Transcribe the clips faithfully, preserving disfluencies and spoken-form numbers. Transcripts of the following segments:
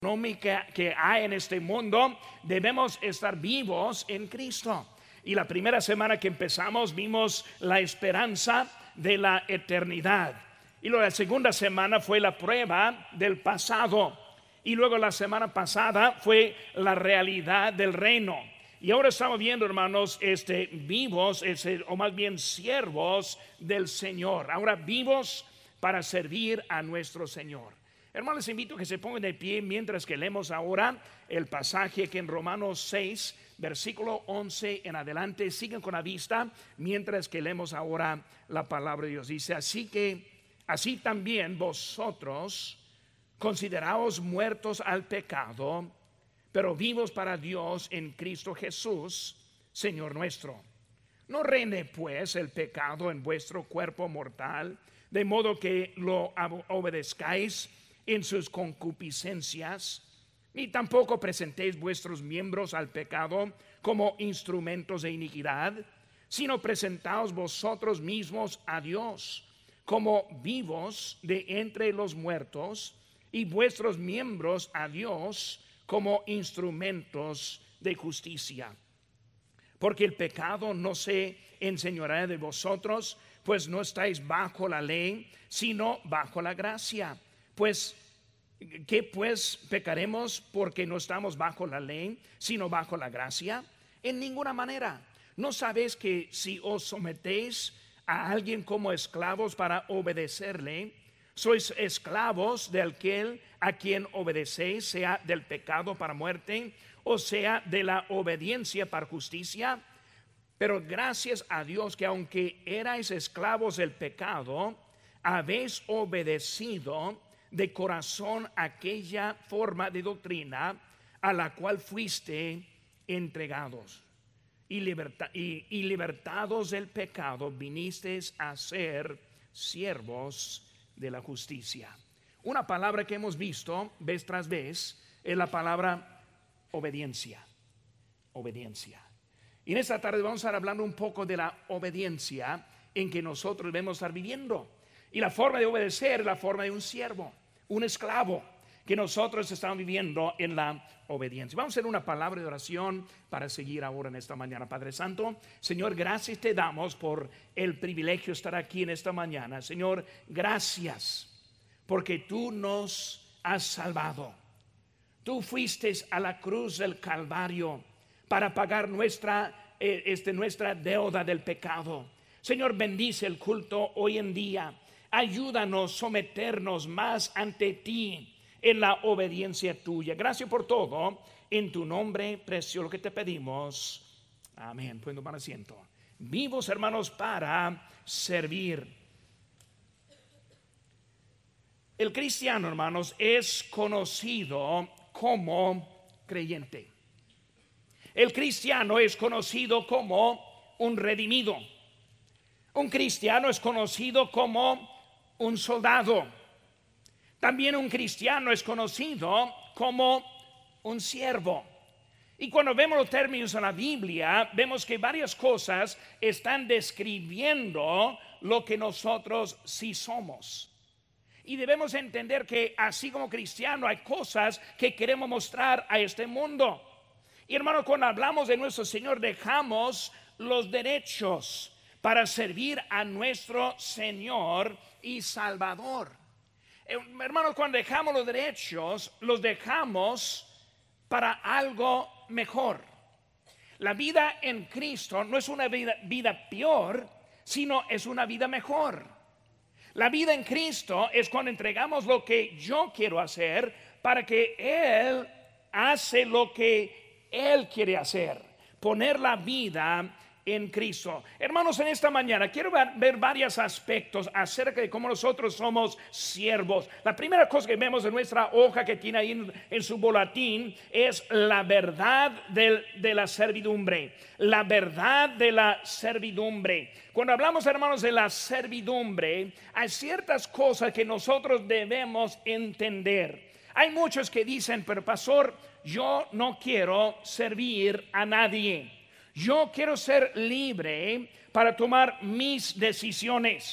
económica que hay en este mundo, debemos estar vivos en Cristo. Y la primera semana que empezamos vimos la esperanza de la eternidad. Y luego la segunda semana fue la prueba del pasado. Y luego la semana pasada fue la realidad del reino. Y ahora estamos viendo, hermanos, este, vivos, este, o más bien siervos del Señor. Ahora vivos para servir a nuestro Señor. Hermanos, les invito a que se pongan de pie mientras que leemos ahora el pasaje que en Romanos seis, versículo once en adelante. Sigan con la vista mientras que leemos ahora la palabra de Dios. Dice: así que, así también vosotros consideraos muertos al pecado, pero vivos para Dios en Cristo Jesús, Señor nuestro. No reine pues el pecado en vuestro cuerpo mortal, de modo que lo obedezcáis en sus concupiscencias, ni tampoco presentéis vuestros miembros al pecado como instrumentos de iniquidad, sino presentaos vosotros mismos a Dios como vivos de entre los muertos, y vuestros miembros a Dios como instrumentos de justicia. Porque el pecado no se enseñorea de vosotros, pues no estáis bajo la ley, sino bajo la gracia. Pues, ¿qué pues pecaremos porque no estamos bajo la ley, sino bajo la gracia? En ninguna manera. ¿No sabéis que si os sometéis a alguien como esclavos para obedecerle, sois esclavos de aquel a quien obedecéis, sea del pecado para muerte, o sea de la obediencia para justicia? Pero gracias a Dios que aunque erais esclavos del pecado, habéis obedecido de corazón aquella forma de doctrina a la cual fuiste entregados, y, liberta, y, y libertados del pecado vinisteis a ser siervos de la justicia. Una palabra que hemos visto vez tras vez es la palabra obediencia. Obediencia. Y en esta tarde vamos a estar hablando un poco de la obediencia en que nosotros debemos estar viviendo. Y la forma de obedecer es la forma de un siervo, un esclavo, que nosotros estamos viviendo en la obediencia. Vamos a hacer una palabra de oración para seguir ahora en esta mañana. Padre Santo, Señor, gracias te damos por el privilegio de estar aquí en esta mañana. Señor, gracias porque tú nos has salvado. Tú fuiste a la cruz del Calvario para pagar nuestra, eh, este, nuestra deuda del pecado. Señor, bendice el culto hoy en día. Ayúdanos a someternos más ante ti en la obediencia tuya. Gracias por todo. En tu nombre precioso que te pedimos. Amén. Pueden tomar asiento. Vivos, hermanos, para servir. El cristiano, hermanos, es conocido como creyente. El cristiano es conocido como un redimido. Un cristiano es conocido como un soldado. También un cristiano es conocido como un siervo. Y cuando vemos los términos en la Biblia, vemos que varias cosas están describiendo lo que nosotros sí somos. Y debemos entender que así como cristiano hay cosas que queremos mostrar a este mundo. Y hermano, cuando hablamos de nuestro Señor, dejamos los derechos para servir a nuestro Señor y Salvador. Hermanos, cuando dejamos los derechos, los dejamos para algo mejor. La vida en Cristo no es una vida, vida peor, sino es una vida mejor. La vida en Cristo es cuando entregamos lo que yo quiero hacer para que Él hace lo que Él quiere hacer. Poner la vida en Cristo. Hermanos, en esta mañana quiero ver, ver varios aspectos acerca de cómo nosotros somos siervos. La primera cosa que vemos en nuestra hoja que tiene ahí en, en su boletín es la verdad del, de la servidumbre. La verdad de la servidumbre. Cuando hablamos, hermanos, de la servidumbre, hay ciertas cosas que nosotros debemos entender. Hay muchos que dicen: pero pastor, yo no quiero servir a nadie. Yo quiero ser libre para tomar mis decisiones.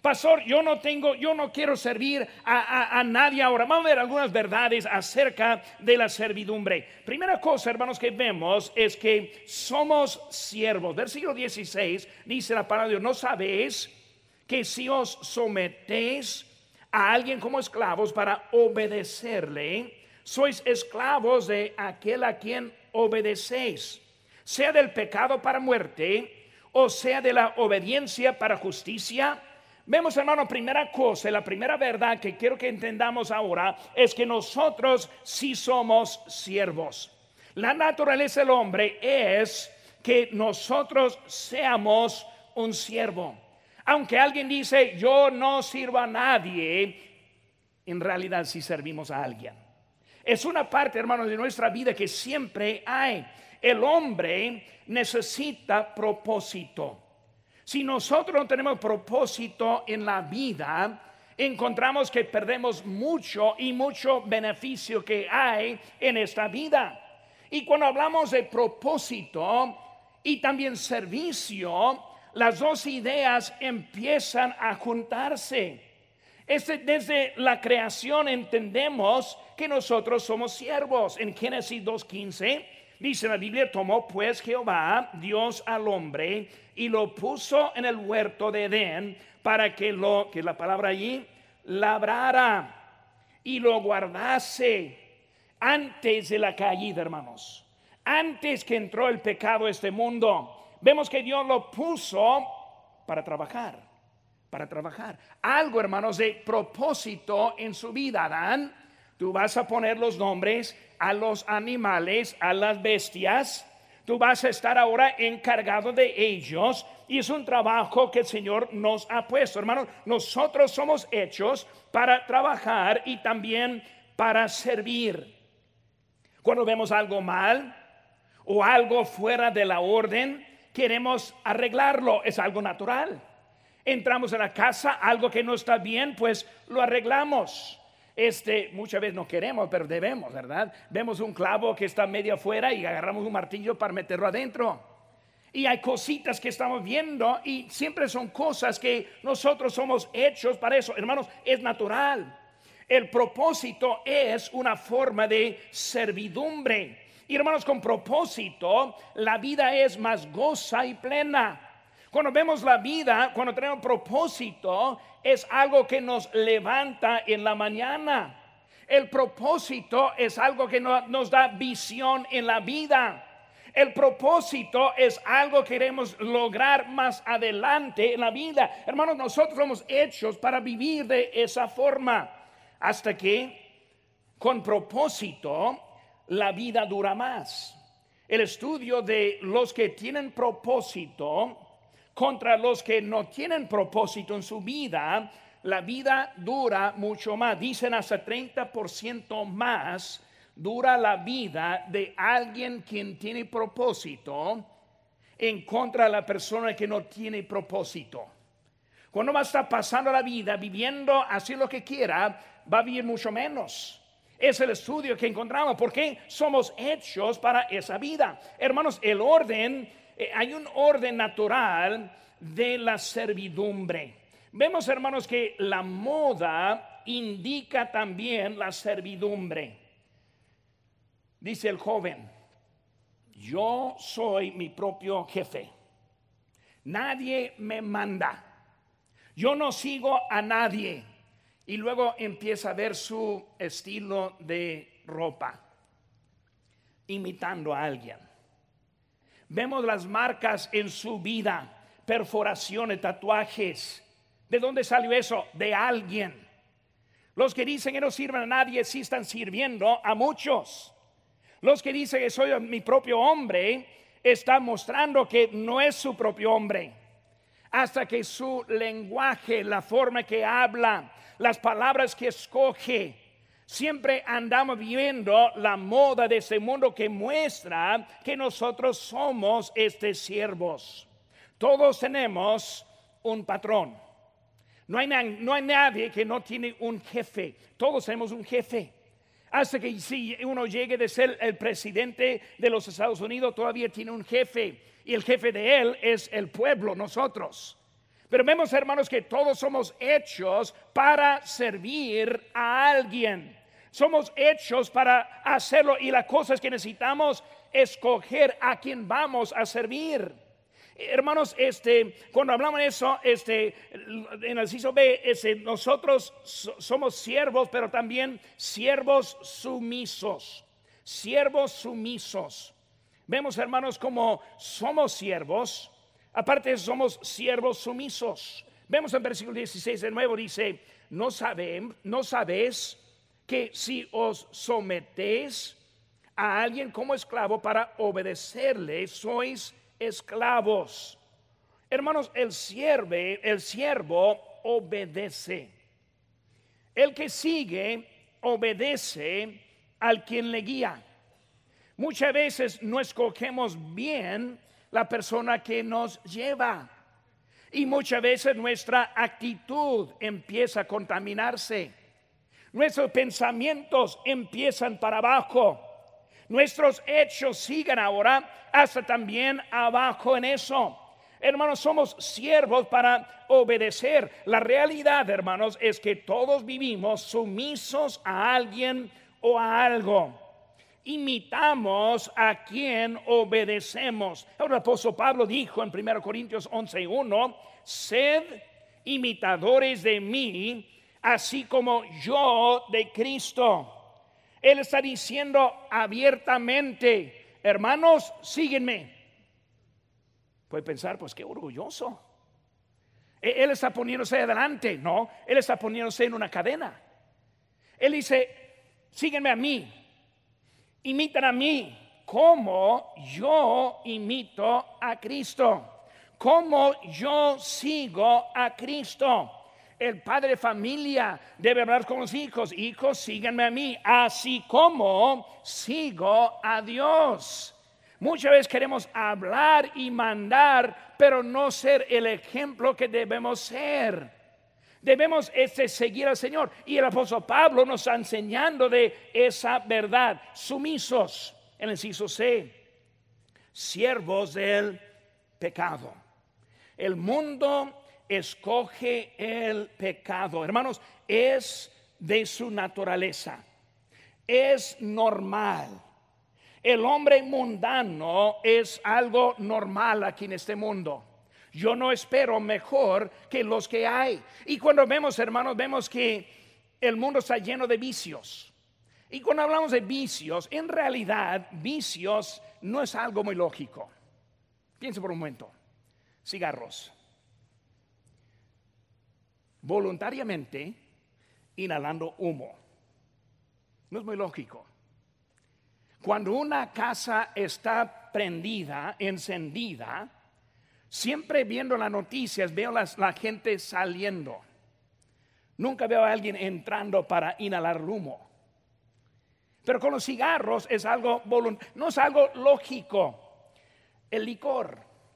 Pastor, yo no tengo, yo no quiero servir a, a, a nadie ahora. Vamos a ver algunas verdades acerca de la servidumbre. Primera cosa, hermanos, que vemos es que somos siervos. Versículo dieciséis dice la palabra de Dios: ¿no sabéis que si os sometéis a alguien como esclavos para obedecerle, sois esclavos de aquel a quien obedecéis, sea del pecado para muerte, o sea de la obediencia para justicia? Vemos, hermano, primera cosa, la primera verdad que quiero que entendamos ahora es que nosotros sí somos siervos. La naturaleza del hombre es que nosotros seamos un siervo. Aunque alguien dice yo no sirvo a nadie, en realidad sí servimos a alguien. Es una parte, hermanos, de nuestra vida que siempre hay. El hombre necesita propósito. Si nosotros no tenemos propósito en la vida, encontramos que perdemos mucho y mucho beneficio que hay en esta vida. Y cuando hablamos de propósito y también servicio, las dos ideas empiezan a juntarse. Este, desde la creación entendemos que nosotros somos siervos. En Génesis dos quince dice la Biblia: tomó pues Jehová Dios al hombre y lo puso en el huerto de Edén para que lo, que la palabra allí, labrara y lo guardase. Antes de la caída, hermanos, antes que entró el pecado a este mundo, vemos que Dios lo puso para trabajar, para trabajar. Algo, hermanos, de propósito en su vida. Adán, tú vas a poner los nombres a los animales, a las bestias. Tú vas a estar ahora encargado de ellos. Y es un trabajo que el Señor nos ha puesto. Hermanos, nosotros somos hechos para trabajar y también para servir. Cuando vemos algo mal o algo fuera de la orden, queremos arreglarlo. Es algo natural. Entramos en la casa, algo que no está bien, pues lo arreglamos. Este, muchas veces no queremos, pero debemos, ¿verdad? Vemos un clavo que está medio afuera y agarramos un martillo para meterlo adentro. Y hay cositas que estamos viendo y siempre son cosas que nosotros somos hechos para eso. Hermanos, es natural. El propósito es una forma de servidumbre. Y hermanos, con propósito, la vida es más goza y plena. Cuando vemos la vida, cuando tenemos propósito, es algo que nos levanta en la mañana. El propósito es algo que no, nos da visión en la vida. El propósito es algo que queremos lograr más adelante en la vida. Hermanos, nosotros somos hechos para vivir de esa forma. Hasta que con propósito la vida dura más. El estudio de los que tienen propósito contra los que no tienen propósito en su vida, la vida dura mucho más. Dicen hasta treinta por ciento más dura la vida de alguien quien tiene propósito en contra de la persona que no tiene propósito. Cuando va a estar pasando la vida viviendo así lo que quiera, va a vivir mucho menos. Es el estudio que encontramos, porque somos hechos para esa vida. Hermanos, el orden, eh, hay un orden natural de la servidumbre. Vemos, hermanos, que la moda indica también la servidumbre. Dice el joven: yo soy mi propio jefe. Nadie me manda. Yo no sigo a nadie. Y luego empieza a ver su estilo de ropa, imitando a alguien. Vemos las marcas en su vida, perforaciones, tatuajes. ¿De dónde salió eso? De alguien. Los que dicen que no sirven a nadie sí están sirviendo a muchos. Los que dicen que soy mi propio hombre están mostrando que no es su propio hombre. Hasta que su lenguaje, la forma que habla, las palabras que escoge, siempre andamos viviendo la moda de este mundo que muestra que nosotros somos estos siervos. Todos tenemos un patrón. No hay, no hay nadie que no tiene un jefe. Todos tenemos un jefe. Hasta que si uno llegue de ser el presidente de los Estados Unidos, todavía tiene un jefe. Y el jefe de él es el pueblo, nosotros. Pero vemos, hermanos, que todos somos hechos para servir a alguien. Somos hechos para hacerlo, y la cosa es que necesitamos escoger a quien vamos a servir. Hermanos, este, cuando hablamos de eso, este, en el inciso B, este, nosotros so, somos siervos, pero también siervos sumisos. Siervos sumisos. Vemos, hermanos, como somos siervos. Aparte, somos siervos sumisos. Vemos en versículo dieciséis de nuevo, dice: No saben, no sabéis que si os sometéis a alguien como esclavo para obedecerle, sois esclavos. Hermanos, el siervo, el siervo obedece. El que sigue obedece al quien le guía. Muchas veces no escogemos bien la persona que nos lleva, y muchas veces nuestra actitud empieza a contaminarse. Nuestros pensamientos empiezan para abajo. Nuestros hechos siguen ahora hasta también abajo en eso. Hermanos, somos siervos para obedecer. La realidad, hermanos, es que todos vivimos sumisos a alguien o a algo. Imitamos a quien obedecemos. Ahora el apóstol Pablo dijo en primera Corintios once uno: sed imitadores de mí, así como yo de Cristo. Él está diciendo abiertamente: hermanos, síguenme. Puede pensar, pues qué orgulloso. Él está poniéndose adelante. No, él está poniéndose en una cadena. Él dice: síguenme a mí, imitan a mí, como yo imito a Cristo, como yo sigo a Cristo. El padre de familia debe hablar con los hijos: hijos, síganme a mí, así como sigo a Dios. Muchas veces queremos hablar y mandar, pero no ser el ejemplo que debemos ser. Debemos este, seguir al Señor. Y el apóstol Pablo nos está enseñando de esa verdad. Sumisos, en el inciso C, siervos del pecado. El mundo escoge el pecado, hermanos, es de su naturaleza, es normal. El hombre mundano es algo normal aquí en este mundo. Yo no espero mejor que los que hay. Y cuando vemos, hermanos, vemos que el mundo está lleno de vicios. Y cuando hablamos de vicios, en realidad vicios no es algo muy lógico. Piense por un momento. Cigarros. Voluntariamente inhalando humo. No es muy lógico. Cuando una casa está prendida, encendida, siempre viendo las noticias veo las, la gente saliendo. Nunca veo a alguien entrando para inhalar humo. Pero con los cigarros es algo voluntario, no es algo lógico. El licor,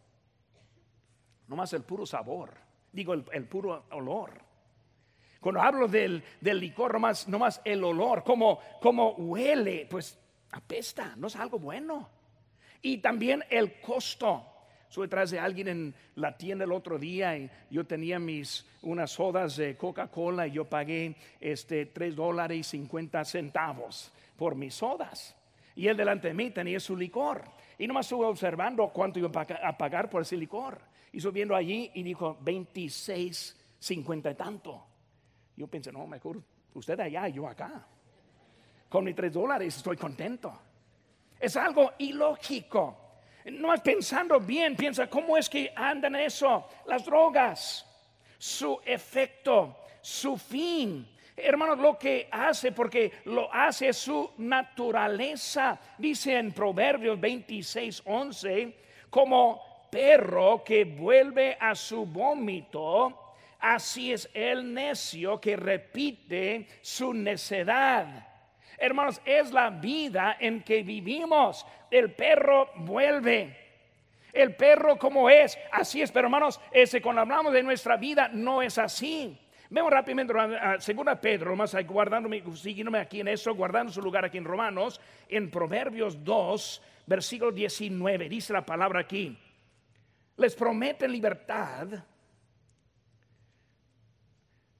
nomás el puro sabor, digo el, el puro olor. Cuando hablo del, del licor, nomás, nomás el olor, como, como huele, pues apesta, no es algo bueno. Y también el costo. Estuve detrás de alguien en la tienda el otro día y yo tenía mis unas sodas de Coca-Cola y yo pagué este tres dólares y cincuenta centavos por mis sodas. Y él delante de mí tenía su licor. Y nomás estuve observando cuánto iba a pagar por ese licor. Y subiendo allí y dijo veintiséis cincuenta y tanto. Yo pensé, no, mejor usted allá y yo acá. Con mis tres dólares estoy contento. Es algo ilógico. No es pensando bien, piensa cómo es que andan eso. Las drogas, su efecto, su fin. Hermanos, lo que hace, porque lo hace su naturaleza. Dice en Proverbios veintiséis once, como perro que vuelve a su vómito, así es el necio que repite su necedad. Hermanos, es la vida en que vivimos. El perro vuelve. El perro como es, así es. Pero hermanos, ese, cuando hablamos de nuestra vida, no es así. Vemos rápidamente a segunda Pedro, más guardándome, siguiéndome aquí en eso, guardando su lugar aquí en Romanos, en Proverbios dos, versículo diecinueve, dice la palabra aquí: les prometen libertad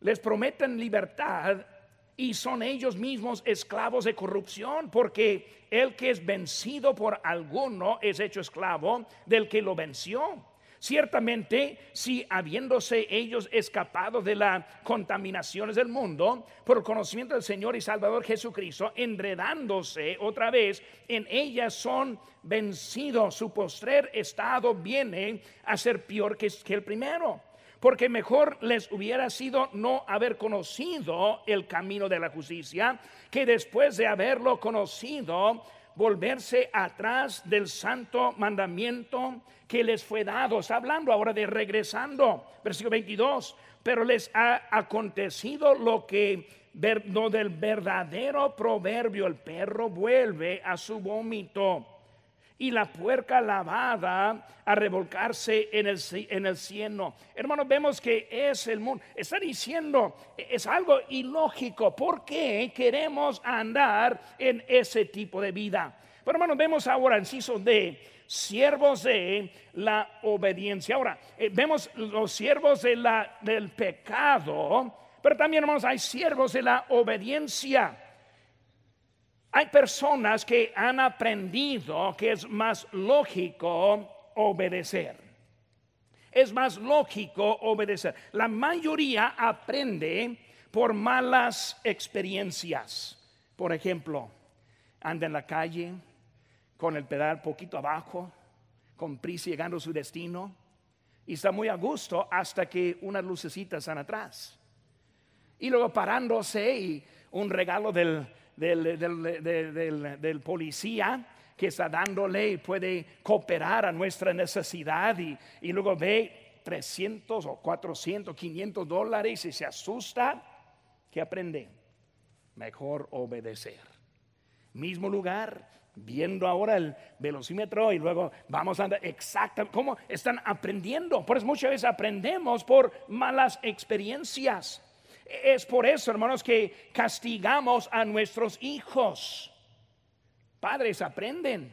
les prometen libertad y son ellos mismos esclavos de corrupción, porque el que es vencido por alguno es hecho esclavo del que lo venció. Ciertamente, si habiéndose ellos escapado de las contaminaciones del mundo por el conocimiento del Señor y Salvador Jesucristo, enredándose otra vez en ellas, son vencidos, su postrer estado viene a ser peor que, que el primero. Porque mejor les hubiera sido no haber conocido el camino de la justicia, que después de haberlo conocido, volverse atrás del santo mandamiento que les fue dado. Está hablando ahora de regresando. Versículo veintidós. Pero les ha acontecido lo que lo del verdadero proverbio: el perro vuelve a su vómito y la puerca lavada a revolcarse en el, en el cieno. Hermanos, vemos que es el mundo. Está diciendo, es algo ilógico. ¿Por qué queremos andar en ese tipo de vida? Pero hermanos, vemos ahora, inciso D, siervos de la obediencia. Ahora, eh, vemos los siervos de la, del pecado, pero también, hermanos, hay siervos de la obediencia. Hay personas que han aprendido que es más lógico obedecer. Es más lógico obedecer. La mayoría aprende por malas experiencias. Por ejemplo, anda en la calle con el pedal poquito abajo, con prisa llegando a su destino, y está muy a gusto hasta que unas lucecitas están atrás. Y luego parándose y un regalo del Del, del, del, del, del policía que está dándole y puede cooperar a nuestra necesidad, y, y luego ve trescientos o cuatrocientos, quinientos dólares y se asusta. ¿Qué aprende? Mejor obedecer. Mismo lugar, viendo ahora el velocímetro y luego vamos a andar exactamente. ¿Cómo están aprendiendo? Por eso muchas veces aprendemos por malas experiencias. Es por eso, hermanos, que castigamos a nuestros hijos. Padres, aprenden.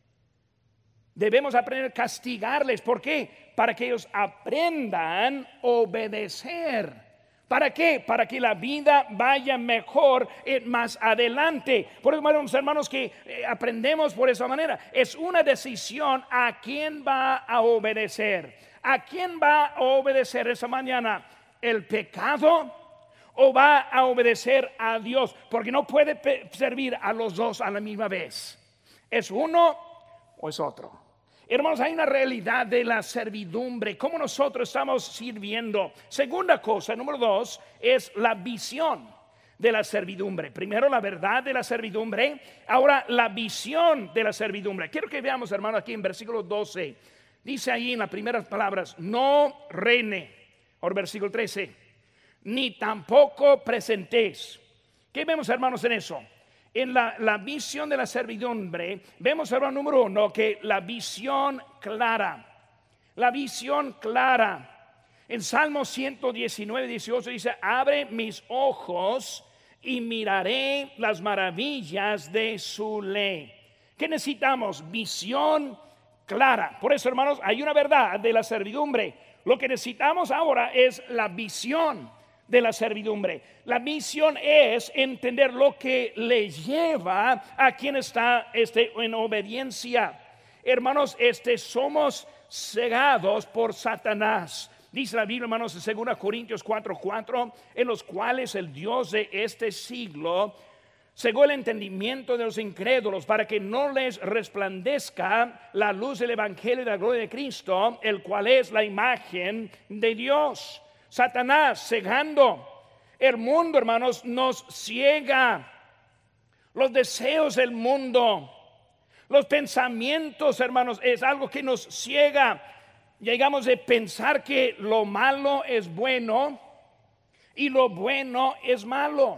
Debemos aprender a castigarles. ¿Por qué? Para que ellos aprendan a obedecer. ¿Para qué? Para que la vida vaya mejor más adelante. Por eso, hermanos, hermanos que eh, aprendemos por esa manera. Es una decisión a quién va a obedecer. ¿A quién va a obedecer esa mañana? ¿El pecado o va a obedecer a Dios? Porque no puede servir a los dos a la misma vez. ¿Es uno o es otro? Hermanos, hay una realidad de la servidumbre. ¿Cómo nosotros estamos sirviendo? Segunda cosa, número dos, es la visión de la servidumbre. Primero la verdad de la servidumbre, ahora la visión de la servidumbre. Quiero que veamos, hermano, aquí en versículo doce. Dice ahí en las primeras palabras: no reine. Ahora versículo trece: ni tampoco presentéis. ¿Qué vemos, hermanos, en eso? En la, la visión de la servidumbre, vemos, hermano, número uno, que la visión clara, la visión clara. En Salmo ciento diecinueve, dieciocho dice: abre mis ojos y miraré las maravillas de su ley. ¿Qué necesitamos? Visión clara. Por eso, hermanos, hay una verdad de la servidumbre. Lo que necesitamos ahora es la visión de la servidumbre. La misión es entender lo que le lleva a quien está este, en obediencia. Hermanos, este, somos cegados por Satanás. Dice la Biblia, hermanos, en segunda Corintios cuatro, cuatro, en los cuales el Dios de este siglo cegó el entendimiento de los incrédulos, para que no les resplandezca la luz del evangelio de la gloria de Cristo, el cual es la imagen de Dios. Satanás cegando. El mundo, hermanos, nos ciega. Los deseos del mundo, los pensamientos, hermanos, es algo que nos ciega. Llegamos a pensar que lo malo es bueno y lo bueno es malo.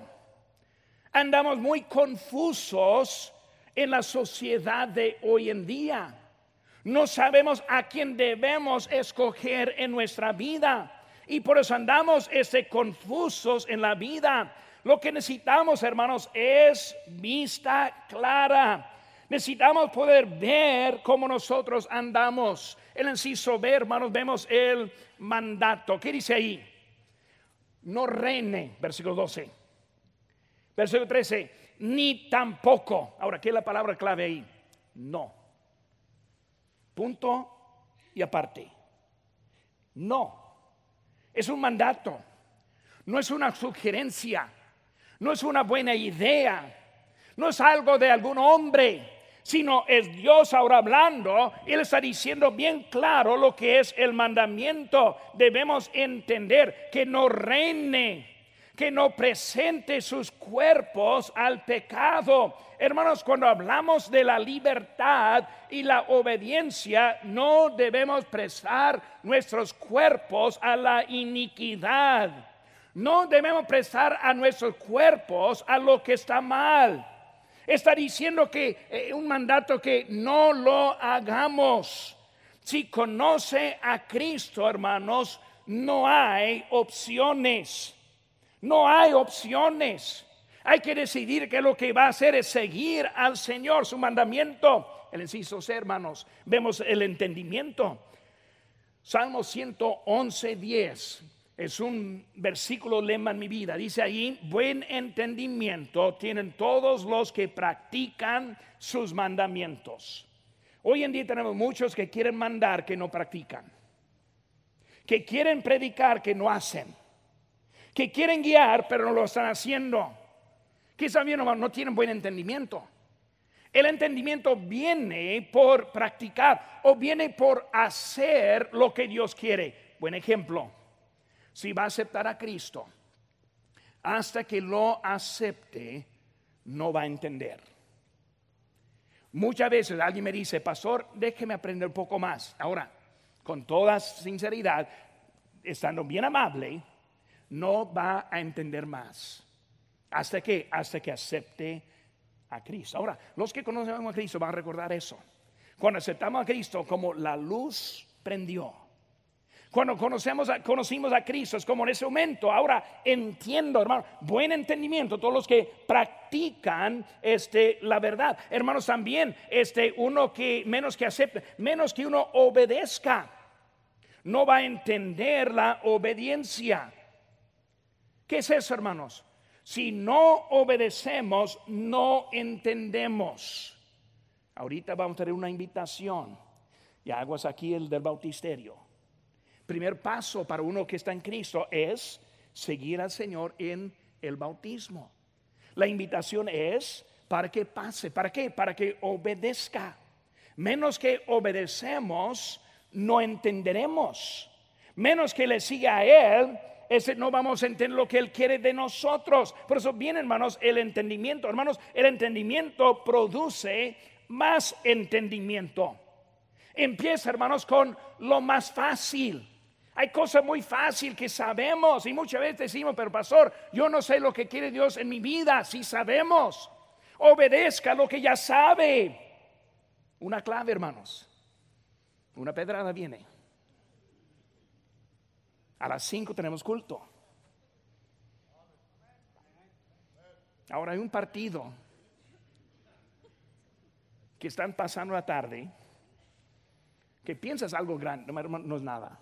Andamos muy confusos en la sociedad de hoy en día. No sabemos a quién debemos escoger en nuestra vida. Y por eso andamos este, confusos en la vida. Lo que necesitamos, hermanos, es vista clara. Necesitamos poder ver cómo nosotros andamos. El inciso B, hermanos, vemos el mandato. ¿Qué dice ahí? no reine, versículo doce. Versículo trece, ni tampoco. Ahora, ¿qué es la palabra clave ahí? No. Punto y aparte. No. Es un mandato. No es una sugerencia. No es una buena idea. No es algo de algún hombre, sino es Dios ahora hablando. Él está diciendo bien claro lo que es el mandamiento. Debemos entender que no reine, que no presente sus cuerpos al pecado. Hermanos, cuando hablamos de la libertad y la obediencia, no debemos prestar nuestros cuerpos a la iniquidad. No debemos prestar a nuestros cuerpos a lo que está mal. Está diciendo que eh, un mandato que no lo hagamos. Si conoce a Cristo, hermanos, no hay opciones. No hay opciones. Hay que decidir que lo que va a hacer es seguir al Señor, su mandamiento. El inciso C, hermanos, vemos el entendimiento. Salmo ciento once, diez. Es un versículo lema en mi vida. Dice ahí: buen entendimiento tienen todos los que practican sus mandamientos. Hoy en día tenemos muchos que quieren mandar que no practican, que quieren predicar que no hacen, que quieren guiar pero no lo están haciendo. Quizás bien no tienen buen entendimiento. El entendimiento viene por practicar o viene por hacer lo que Dios quiere. Buen ejemplo: si va a aceptar a Cristo, hasta que lo acepte, no va a entender. Muchas veces alguien me dice: pastor, déjeme aprender un poco más. Ahora, con toda sinceridad, estando bien amable, no va a entender más. ¿Hasta que Hasta que acepte a Cristo. Ahora, los que conocemos a Cristo van a recordar eso. Cuando aceptamos a Cristo, como la luz prendió. Cuando conocemos a, conocimos a Cristo, es como en ese momento. Ahora entiendo, hermano, buen entendimiento. Todos los que practican este, la verdad, hermanos, también este, uno que menos que acepte, menos que uno obedezca, no va a entender la obediencia. ¿Qué es eso, hermanos? Si no obedecemos, no entendemos. Ahorita vamos a tener una invitación. Y aguas aquí el del bautisterio. Primer paso para uno que está en Cristo es seguir al Señor en el bautismo. La invitación es para que pase. ¿Para qué? Para que obedezca. Menos que obedecemos, no entenderemos. Menos que le siga a Él, ese no vamos a entender lo que Él quiere de nosotros. Por eso viene, hermanos, el entendimiento. Hermanos, el entendimiento produce más entendimiento. Empieza, hermanos, con lo más fácil. Hay cosas muy fáciles que sabemos y muchas veces decimos: pero pastor, yo no sé lo que quiere Dios en mi vida. Sí sabemos. Obedezca lo que ya sabe. Una clave, hermanos. Una pedrada viene. A las cinco tenemos culto. Ahora hay un partido que están pasando la tarde, que piensas algo grande, no es nada.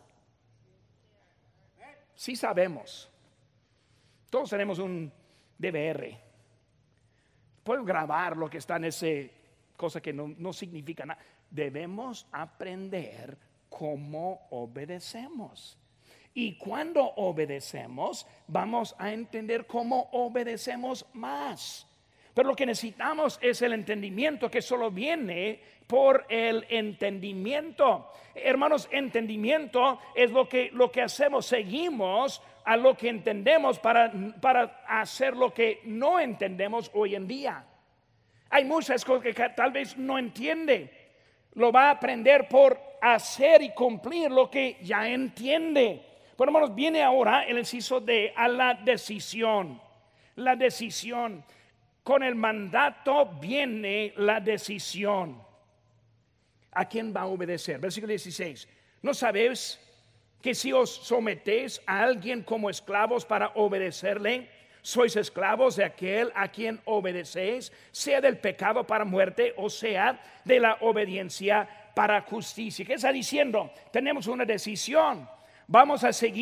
Sí sabemos. Todos tenemos un D V R. Puedo grabar lo que está en ese cosa que no, no significa nada. Debemos aprender cómo obedecemos. Y cuando obedecemos, vamos a entender cómo obedecemos más. Pero lo que necesitamos es el entendimiento, que solo viene por el entendimiento. Hermanos, entendimiento es lo que, lo que hacemos. Seguimos a lo que entendemos para, para hacer lo que no entendemos hoy en día. Hay muchas cosas que tal vez no entiende. Lo va a aprender por hacer y cumplir lo que ya entiende. Pero hermanos, viene ahora el inciso D, a la decisión. La decisión. Con el mandato viene la decisión. ¿A quién va a obedecer? Versículo dieciséis. ¿No sabéis que si os sometéis a alguien como esclavos para obedecerle, sois esclavos de aquel a quien obedecéis, sea del pecado para muerte o sea de la obediencia para justicia? ¿Qué está diciendo? Tenemos una decisión. ¿Vamos a seguir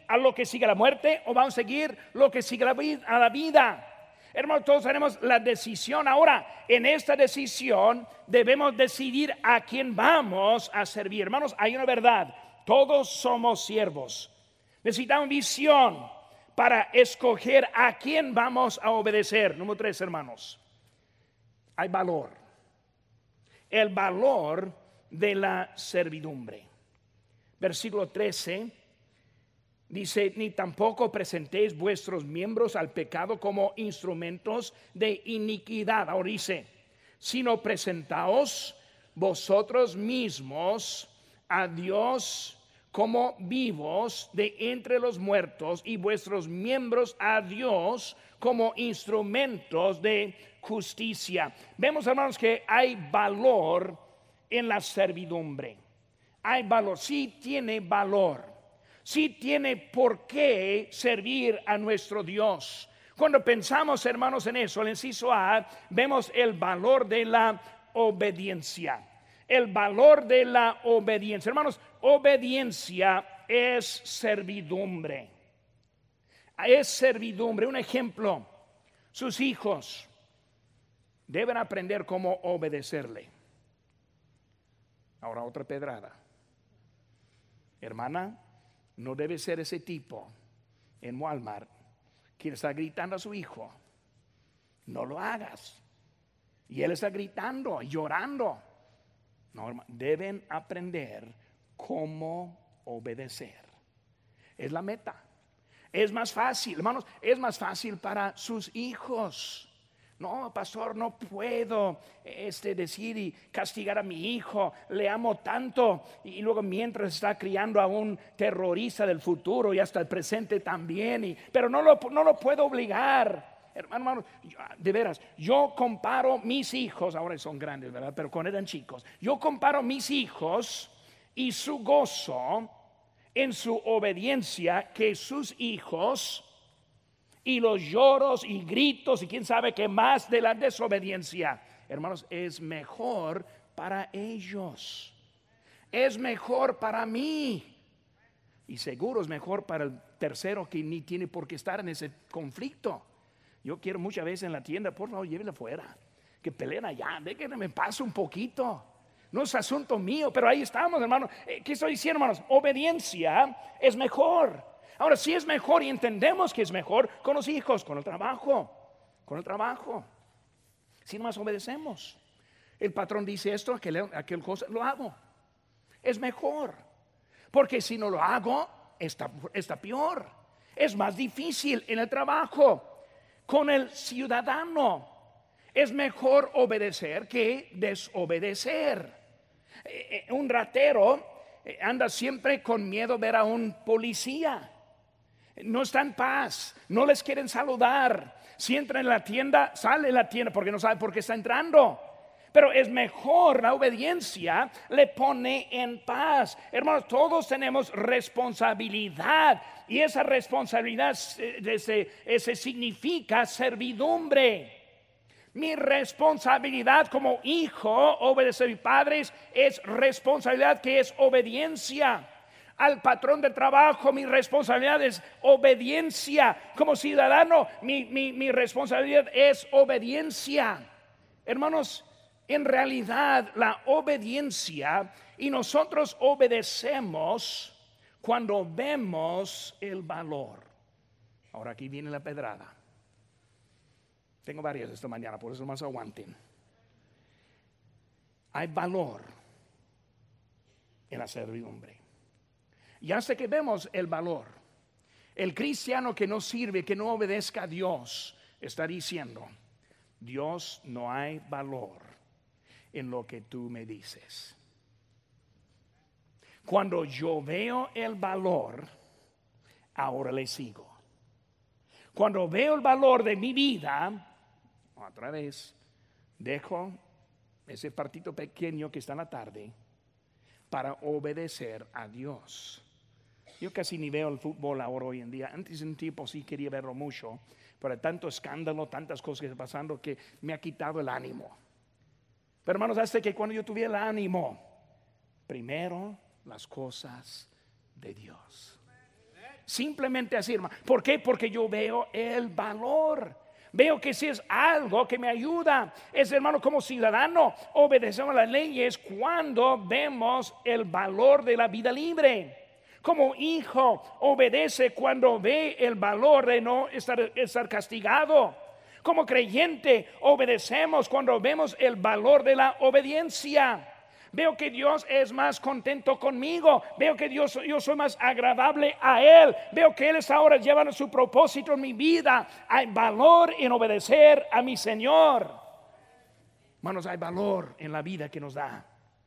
a lo que sigue la muerte o vamos a seguir lo que sigue la vida, a la vida? Hermanos, todos tenemos la decisión. Ahora, en esta decisión debemos decidir a quién vamos a servir. Hermanos, hay una verdad: todos somos siervos. Necesitamos visión para escoger a quién vamos a obedecer. Número tres, hermanos, hay valor. El valor de la servidumbre. Versículo trece dice: ni tampoco presentéis vuestros miembros al pecado como instrumentos de iniquidad. Ahora dice: sino presentaos vosotros mismos a Dios como vivos de entre los muertos, y vuestros miembros a Dios como instrumentos de justicia. Vemos, hermanos, que hay valor en la servidumbre. Hay valor, sí tiene valor, sí tiene por qué servir a nuestro Dios. Cuando pensamos, hermanos, en eso, el inciso A, vemos el valor de la obediencia. El valor de la obediencia. Hermanos, obediencia es servidumbre. Es servidumbre. Un ejemplo: sus hijos deben aprender cómo obedecerle. Ahora otra pedrada. Hermana, no debe ser ese tipo en Walmart que está gritando a su hijo. No lo hagas. Y él está gritando, llorando. No, hermano, deben aprender cómo obedecer. Es la meta. Es más fácil, hermanos, es más fácil para sus hijos. No, pastor, no puedo este, decir y castigar a mi hijo. Le amo tanto. Y luego, mientras está criando a un terrorista del futuro y hasta el presente también. Y, pero no lo, no lo puedo obligar. Hermano, de veras, yo comparo mis hijos, ahora son grandes, ¿verdad? Pero cuando eran chicos, yo comparo mis hijos y su gozo en su obediencia que sus hijos y los lloros y gritos y quién sabe qué más de la desobediencia. Hermanos, es mejor para ellos, es mejor para mí, y seguro es mejor para el tercero que ni tiene por qué estar en ese conflicto. Yo quiero muchas veces en la tienda: por favor, llévela afuera, que peleen allá, déjenme me pase un poquito. No es asunto mío, pero ahí estamos, hermano. ¿Qué estoy diciendo, hermanos? Obediencia es mejor. Ahora, sí es mejor, y entendemos que es mejor con los hijos, con el trabajo, con el trabajo. Si nomás obedecemos, el patrón dice esto, aquel, aquel cosa, lo hago. Es mejor, porque si no lo hago, está, está peor. Es más difícil en el trabajo. Con el ciudadano es mejor obedecer que desobedecer. Eh, eh, un ratero eh, anda siempre con miedo de ver a un policía. No está en paz, no les quieren saludar. Si entra en la tienda, sale de la tienda porque no sabe por qué está entrando. Pero es mejor, la obediencia le pone en paz. Hermanos, todos tenemos responsabilidad, y esa responsabilidad ese, ese significa servidumbre. Mi responsabilidad como hijo, obedecer a mis padres, es responsabilidad que es obediencia. Al patrón de trabajo, mi responsabilidad es obediencia. Como ciudadano, mi, mi, mi responsabilidad es obediencia. Hermanos, en realidad la obediencia, y nosotros obedecemos cuando vemos el valor. Ahora aquí viene la pedrada. Tengo varias esta mañana, por eso más aguanten. Hay valor en la servidumbre. Y hasta que vemos el valor, el cristiano que no sirve, que no obedezca a Dios, está diciendo: Dios, no hay valor en lo que tú me dices. Cuando yo veo el valor, ahora le sigo. Cuando veo el valor de mi vida, otra vez dejo ese partito pequeño que está en la tarde para obedecer a Dios. Yo casi ni veo el fútbol ahora hoy en día. Antes en tiempo sí quería verlo mucho, pero tanto escándalo, tantas cosas que están pasando que me ha quitado el ánimo. Pero hermanos, hasta que cuando yo tuviera el ánimo, primero las cosas de Dios. Simplemente así, hermano. ¿Por qué? Porque yo veo el valor. Veo que si es algo que me ayuda, es, hermano, como ciudadano, obedecemos las leyes cuando vemos el valor de la vida libre. Como hijo, obedece cuando ve el valor de no estar, estar castigado. Como creyente, obedecemos cuando vemos el valor de la obediencia. Veo que Dios es más contento conmigo. Veo que Dios, yo soy más agradable a Él. Veo que Él está ahora llevando su propósito en mi vida. Hay valor en obedecer a mi Señor. Hermanos, hay valor en la vida que nos da.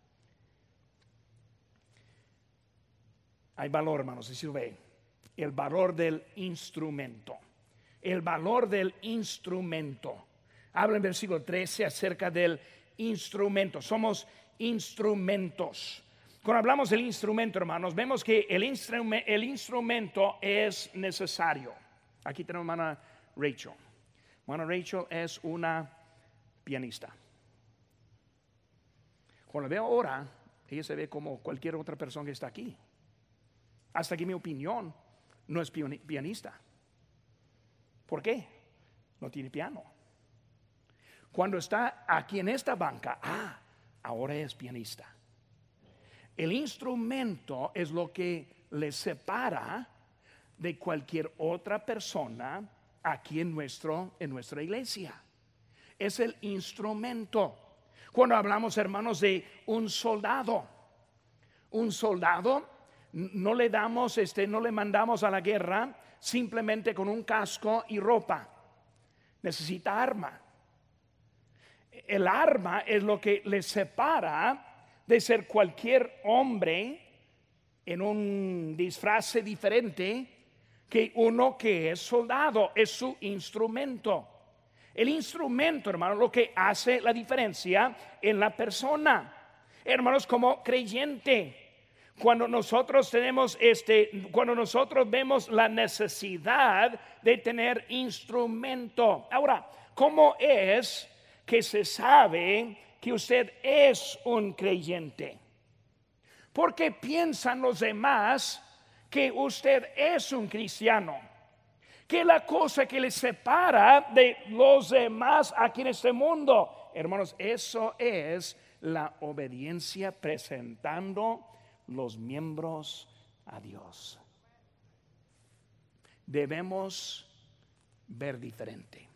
Hay valor, hermanos, si ve, el valor del instrumento. El valor del instrumento. Habla en versículo trece acerca del instrumento. Somos instrumentos. Cuando hablamos del instrumento, hermanos, vemos que el, instrum- el instrumento es necesario. Aquí tenemos a hermana Rachel. Hermana Rachel es una pianista. Cuando la veo ahora, ella se ve como cualquier otra persona que está aquí. Hasta que mi opinión no es pianista. ¿Por qué? No tiene piano. Cuando está aquí en esta banca, ah, ahora es pianista. El instrumento es lo que le separa de cualquier otra persona aquí en, nuestro, en nuestra iglesia. Es el instrumento. Cuando hablamos, hermanos, de un soldado, un soldado no le damos, este, no le mandamos a la guerra simplemente con un casco y ropa. Necesita arma. El arma es lo que le separa de ser cualquier hombre en un disfraz diferente que uno que es soldado. Es su instrumento. El instrumento, hermano, lo que hace la diferencia en la persona. Hermanos, como creyente, cuando nosotros tenemos este, cuando nosotros vemos la necesidad de tener instrumento. Ahora, ¿cómo es que se sabe que usted es un creyente? Porque piensan los demás que usted es un cristiano. Que la cosa que le separa de los demás aquí en este mundo, hermanos, eso es la obediencia, presentando los miembros a Dios. Debemos ver diferente.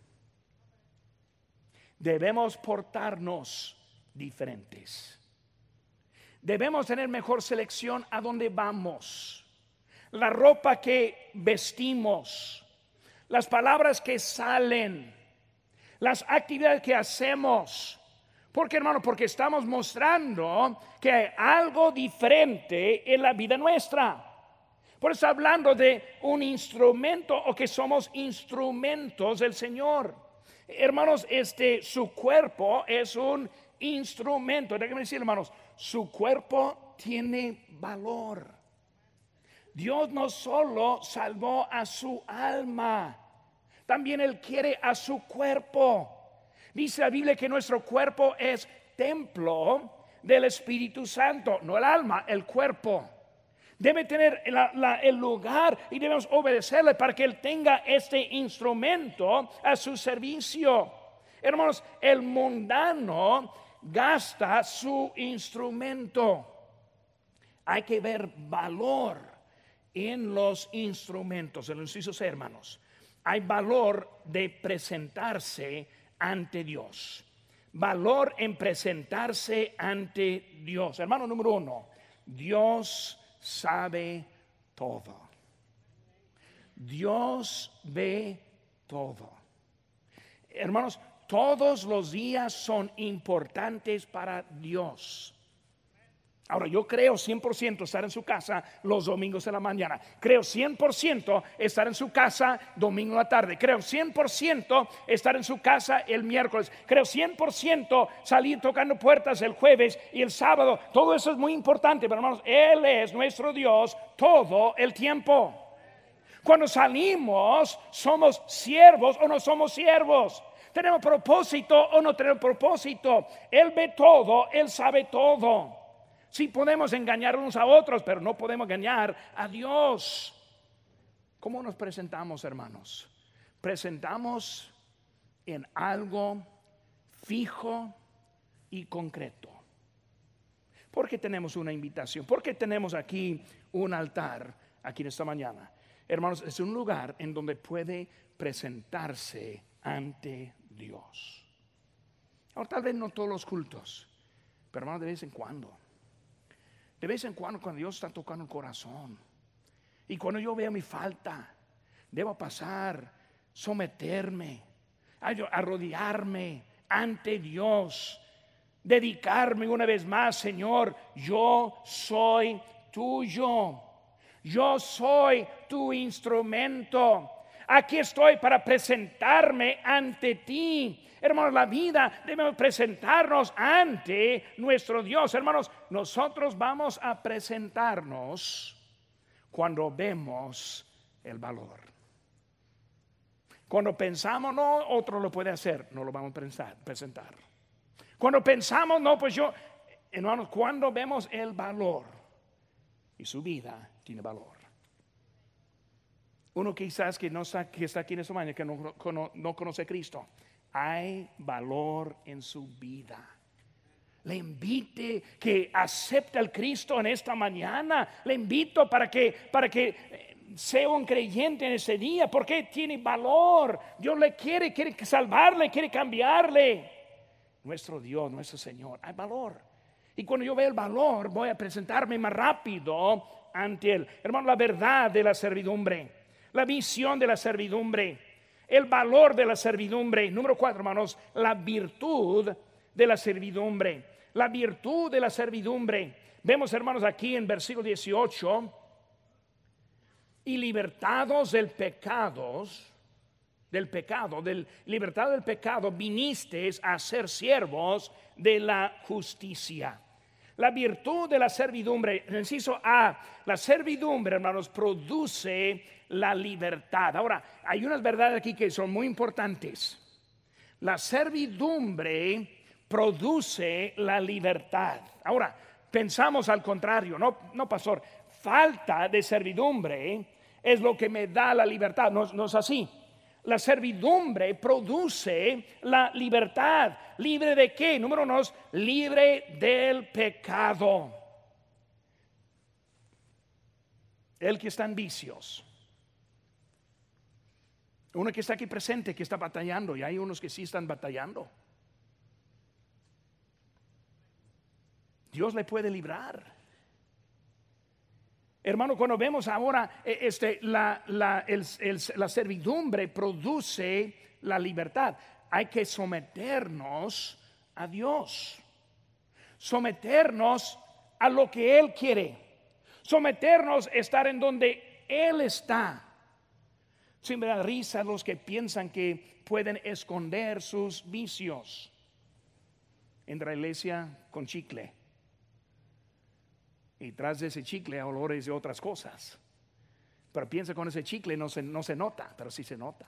Debemos portarnos diferentes. Debemos tener mejor selección a donde vamos. La ropa que vestimos, las palabras que salen, las actividades que hacemos. ¿Por qué, hermano? Porque estamos mostrando que hay algo diferente en la vida nuestra. Por eso hablando de un instrumento, o que somos instrumentos del Señor. Hermanos, este, su cuerpo es un instrumento. Déjenme decir, hermanos, su cuerpo tiene valor. Dios no solo salvó a su alma, también Él quiere a su cuerpo. Dice la Biblia que nuestro cuerpo es templo del Espíritu Santo, no el alma, el cuerpo. Debe tener la, la, el lugar y debemos obedecerle para que Él tenga este instrumento a su servicio. Hermanos, el mundano gasta su instrumento. Hay que ver valor en los instrumentos. El inciso C, hermanos, hay valor de presentarse ante Dios. Valor en presentarse ante Dios. Hermano número uno, Dios sabe todo. Dios ve todo. Hermanos, todos los días son importantes para Dios. Ahora, yo creo cien por ciento estar en su casa los domingos en la mañana. Creo cien por ciento estar en su casa domingo en la tarde. Creo cien por ciento estar en su casa el miércoles. Creo cien por ciento salir tocando puertas el jueves y el sábado. Todo eso es muy importante, pero hermanos, Él es nuestro Dios todo el tiempo. Cuando salimos, ¿somos siervos o no somos siervos? ¿Tenemos propósito o no tenemos propósito? Él ve todo, Él sabe todo. Sí podemos engañar unos a otros, pero no podemos engañar a Dios. ¿Cómo nos presentamos, hermanos? Presentamos en algo fijo y concreto. ¿Por qué tenemos una invitación? ¿Por qué tenemos aquí un altar aquí en esta mañana? Hermanos, es un lugar en donde puede presentarse ante Dios. Ahora, tal vez no todos los cultos, pero hermanos, de vez en cuando. De vez en cuando, cuando Dios está tocando el corazón. Y cuando yo veo mi falta, debo pasar, someterme, arrodillarme ante Dios, dedicarme una vez más. Señor, yo soy tuyo, yo soy tu instrumento. Aquí estoy para presentarme ante ti. Hermanos, la vida debemos presentarnos ante nuestro Dios. Hermanos, nosotros vamos a presentarnos cuando vemos el valor. Cuando pensamos, no, otro lo puede hacer, no lo vamos a pensar, presentar. Cuando pensamos, no, pues yo, hermanos, cuando vemos el valor, y su vida tiene valor. Uno quizás que no está, que está aquí en esta mañana, que no, no, no conoce a Cristo, hay valor en su vida. Le invite que acepte al Cristo en esta mañana. Le invito para que, para que sea un creyente en ese día, porque tiene valor. Dios le quiere, quiere salvarle, quiere cambiarle. Nuestro Dios, nuestro Señor, hay valor. Y cuando yo veo el valor, voy a presentarme más rápido ante Él. Hermano, la verdad de la servidumbre, la visión de la servidumbre, el valor de la servidumbre. Número cuatro, hermanos, la virtud de la servidumbre. La virtud de la servidumbre. Vemos, hermanos, aquí en versículo dieciocho: y libertados del pecado, del pecado, del libertad del pecado, vinisteis a ser siervos de la justicia. La virtud de la servidumbre, inciso A, la servidumbre, hermanos, produce la libertad. Ahora, hay unas verdades aquí que son muy importantes. La servidumbre produce la libertad. Ahora, pensamos al contrario, no, no, pastor, falta de servidumbre es lo que me da la libertad. No, no es así. La servidumbre produce la libertad. ¿Libre de qué? Número uno, libre del pecado. El que está en vicios, uno que está aquí presente, que está batallando, y hay unos que sí están batallando, Dios le puede librar. Hermano, cuando vemos ahora este, la, la, el, el, la servidumbre produce la libertad. Hay que someternos a Dios, someternos a lo que Él quiere, someternos a estar en donde Él está. Siempre da risa a los que piensan que pueden esconder sus vicios. Entra a la iglesia con chicle, y tras de ese chicle hay olores de otras cosas, pero piensa con ese chicle no se, no se nota, pero sí se nota.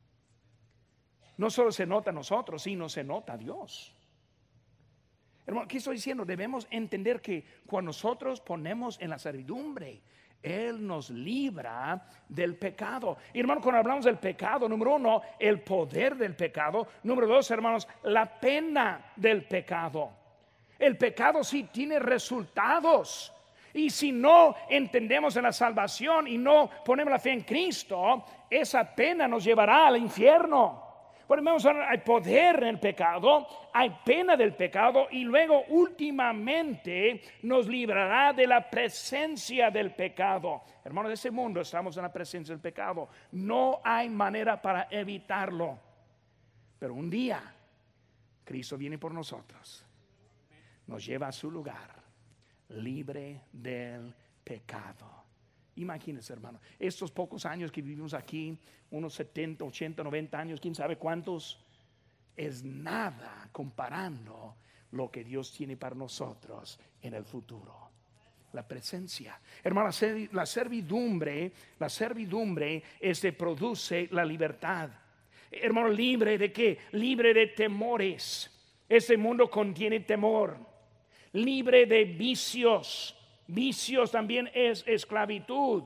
No solo se nota a nosotros, sino se nota a Dios. Hermano, ¿qué estoy diciendo? Debemos entender que cuando nosotros ponemos en la servidumbre, Él nos libra del pecado. Y hermano, cuando hablamos del pecado, número uno, el poder del pecado. Número dos, hermanos, la pena del pecado. El pecado sí tiene resultados. Y si no entendemos en la salvación y no ponemos la fe en Cristo, esa pena nos llevará al infierno. Por vemos, hay poder en el pecado, hay pena del pecado, y luego últimamente nos librará de la presencia del pecado. Hermanos, de ese mundo estamos en la presencia del pecado. No hay manera para evitarlo. Pero un día Cristo viene por nosotros, nos lleva a su lugar, libre del pecado. Imagínense, hermano, estos pocos años que vivimos aquí, unos setenta, ochenta, noventa años, quién sabe cuántos, es nada comparando lo que Dios tiene para nosotros en el futuro. La presencia, hermano, la servidumbre, la servidumbre este produce la libertad. Hermano, libre de qué? Libre de temores. Este mundo contiene temor. Libre de vicios. Vicios también es esclavitud.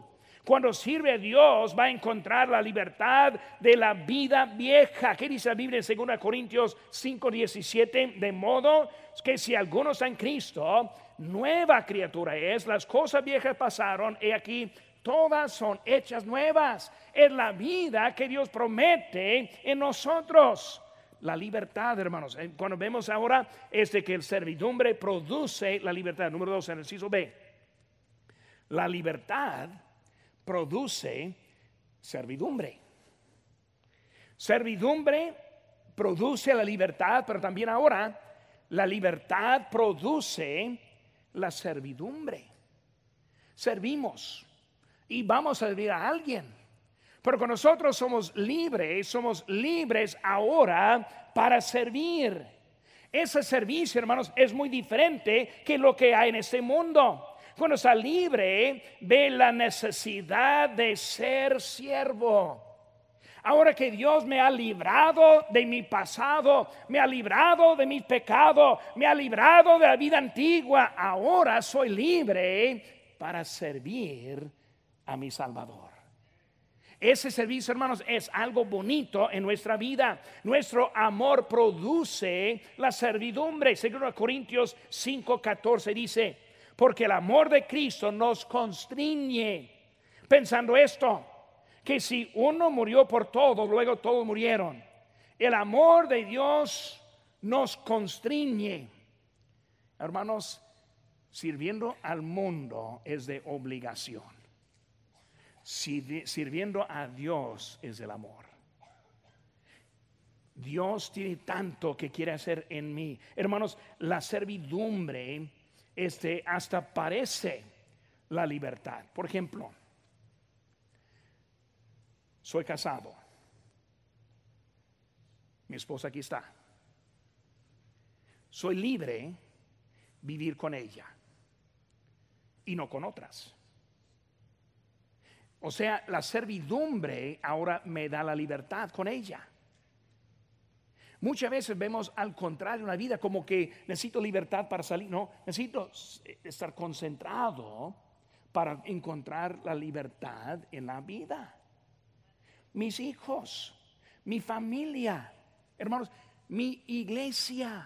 Cuando sirve a Dios va a encontrar la libertad de la vida vieja. ¿Qué dice la Biblia en segunda Corintios cinco diecisiete? De modo que si alguno está en Cristo, nueva criatura es. Las cosas viejas pasaron y aquí todas son hechas nuevas. Es la vida que Dios promete en nosotros. La libertad, hermanos. Cuando vemos ahora es de que el servidumbre produce la libertad. Número dos, en el inciso B. La libertad produce servidumbre. Servidumbre produce la libertad, pero también ahora la libertad produce la servidumbre. Servimos y vamos a servir a alguien, pero cuando nosotros somos libres, somos libres ahora para servir. Ese servicio, hermanos, es muy diferente que lo que hay en este mundo. Cuando está libre, ve la necesidad de ser siervo. Ahora que Dios me ha librado de mi pasado, me ha librado de mi pecado, me ha librado de la vida antigua, ahora soy libre para servir a mi Salvador. Ese servicio, hermanos, es algo bonito en nuestra vida. Nuestro amor produce la servidumbre. Según Corintios cinco catorce dice: porque el amor de Cristo nos constriñe, pensando esto, que si uno murió por todos, luego todos murieron. El amor de Dios nos constriñe. Hermanos, sirviendo al mundo es de obligación. Sirviendo a Dios es el amor. Dios tiene tanto que quiere hacer en mí. Hermanos, la servidumbre Este hasta parece la libertad. Por ejemplo, soy casado. Mi esposa aquí está. Soy libre vivir con ella y no con otras. O sea, la servidumbre ahora me da la libertad con ella. Muchas veces vemos al contrario una vida como que necesito libertad para salir. No, necesito estar concentrado para encontrar la libertad en la vida. Mis hijos, mi familia, hermanos, mi iglesia.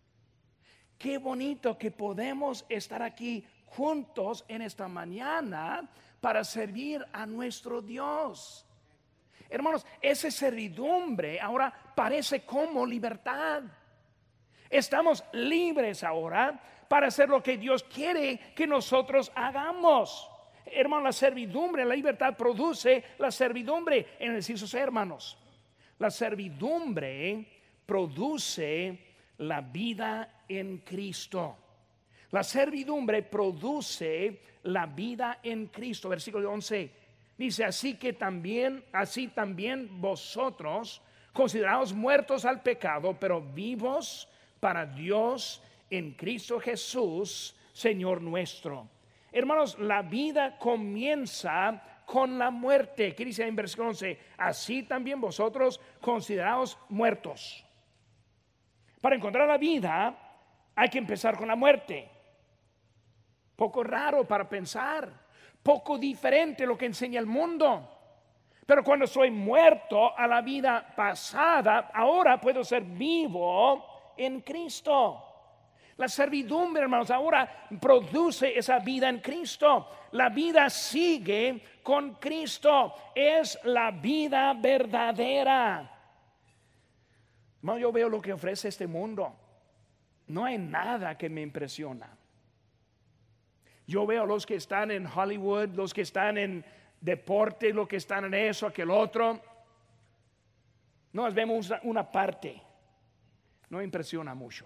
Qué bonito que podemos estar aquí juntos en esta mañana para servir a nuestro Dios. Hermanos, esa servidumbre ahora parece como libertad. Estamos libres ahora para hacer lo que Dios quiere que nosotros hagamos. Hermanos, la servidumbre, la libertad produce la servidumbre. En el inciso C, hermanos, la servidumbre produce la vida en Cristo. La servidumbre produce la vida en Cristo. Versículo once. Dice: así que también, así también vosotros, considerados muertos al pecado, pero vivos para Dios en Cristo Jesús, Señor nuestro. Hermanos, la vida comienza con la muerte. ¿Qué dice en versículo once? Así también vosotros, considerados muertos. Para encontrar la vida hay que empezar con la muerte. Poco raro para pensar. Poco diferente lo que enseña el mundo. Pero cuando soy muerto a la vida pasada, ahora puedo ser vivo en Cristo. La servidumbre, hermanos, ahora produce esa vida en Cristo. La vida sigue con Cristo. Es la vida verdadera. Hermano, yo veo lo que ofrece este mundo. No hay nada que me impresiona. Yo veo los que están en Hollywood, los que están en deporte, los que están en eso, aquel otro. Nos vemos una parte. No impresiona mucho.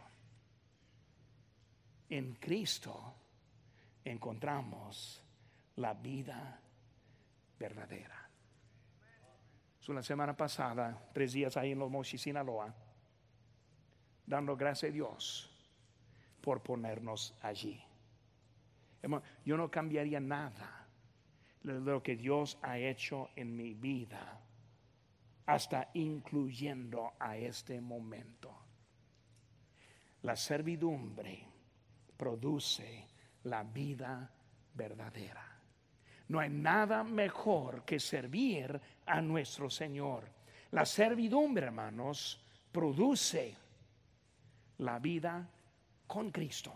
En Cristo encontramos la vida verdadera. So, la semana pasada, tres días ahí en Los Mochis, Sinaloa, dando gracias a Dios por ponernos allí. Yo no cambiaría nada de lo que Dios ha hecho en mi vida, hasta incluyendo a este momento. La servidumbre produce la vida verdadera. No hay nada mejor que servir a nuestro Señor. La servidumbre, hermanos, produce la vida con Cristo.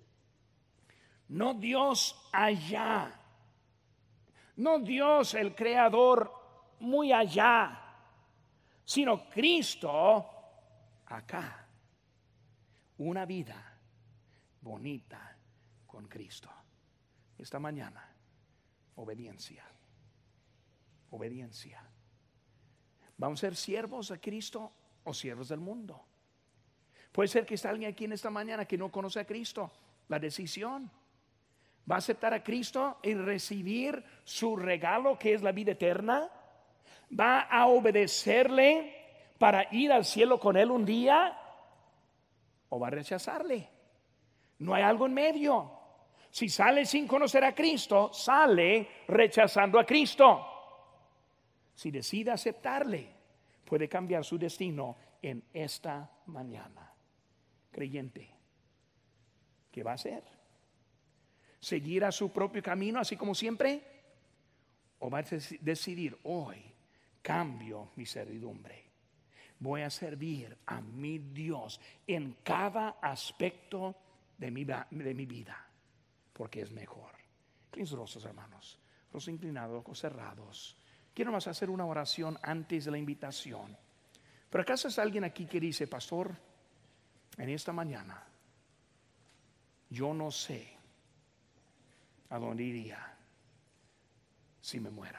No Dios allá, no Dios el creador muy allá, sino Cristo acá. Una vida bonita con Cristo. Esta mañana, obediencia, obediencia. ¿Vamos a ser siervos de Cristo o siervos del mundo? Puede ser que está alguien aquí en esta mañana que no conoce a Cristo. La decisión: ¿va a aceptar a Cristo y recibir su regalo, que es la vida eterna? ¿Va a obedecerle para ir al cielo con Él un día? ¿O va a rechazarle? No hay algo en medio. Si sale sin conocer a Cristo, sale rechazando a Cristo. Si decide aceptarle, puede cambiar su destino en esta mañana. Creyente, ¿qué va a hacer? ¿Seguir a su propio camino así como siempre? ¿O va a decidir hoy, cambio mi servidumbre? Voy a servir a mi Dios en cada aspecto de mi, de mi vida, porque es mejor. Inclinen sus rostros, hermanos, rostros inclinados, ojos cerrados. Quiero más hacer una oración antes de la invitación. Pero acaso es alguien aquí que dice: pastor, en esta mañana yo no sé a dónde iría si me muero.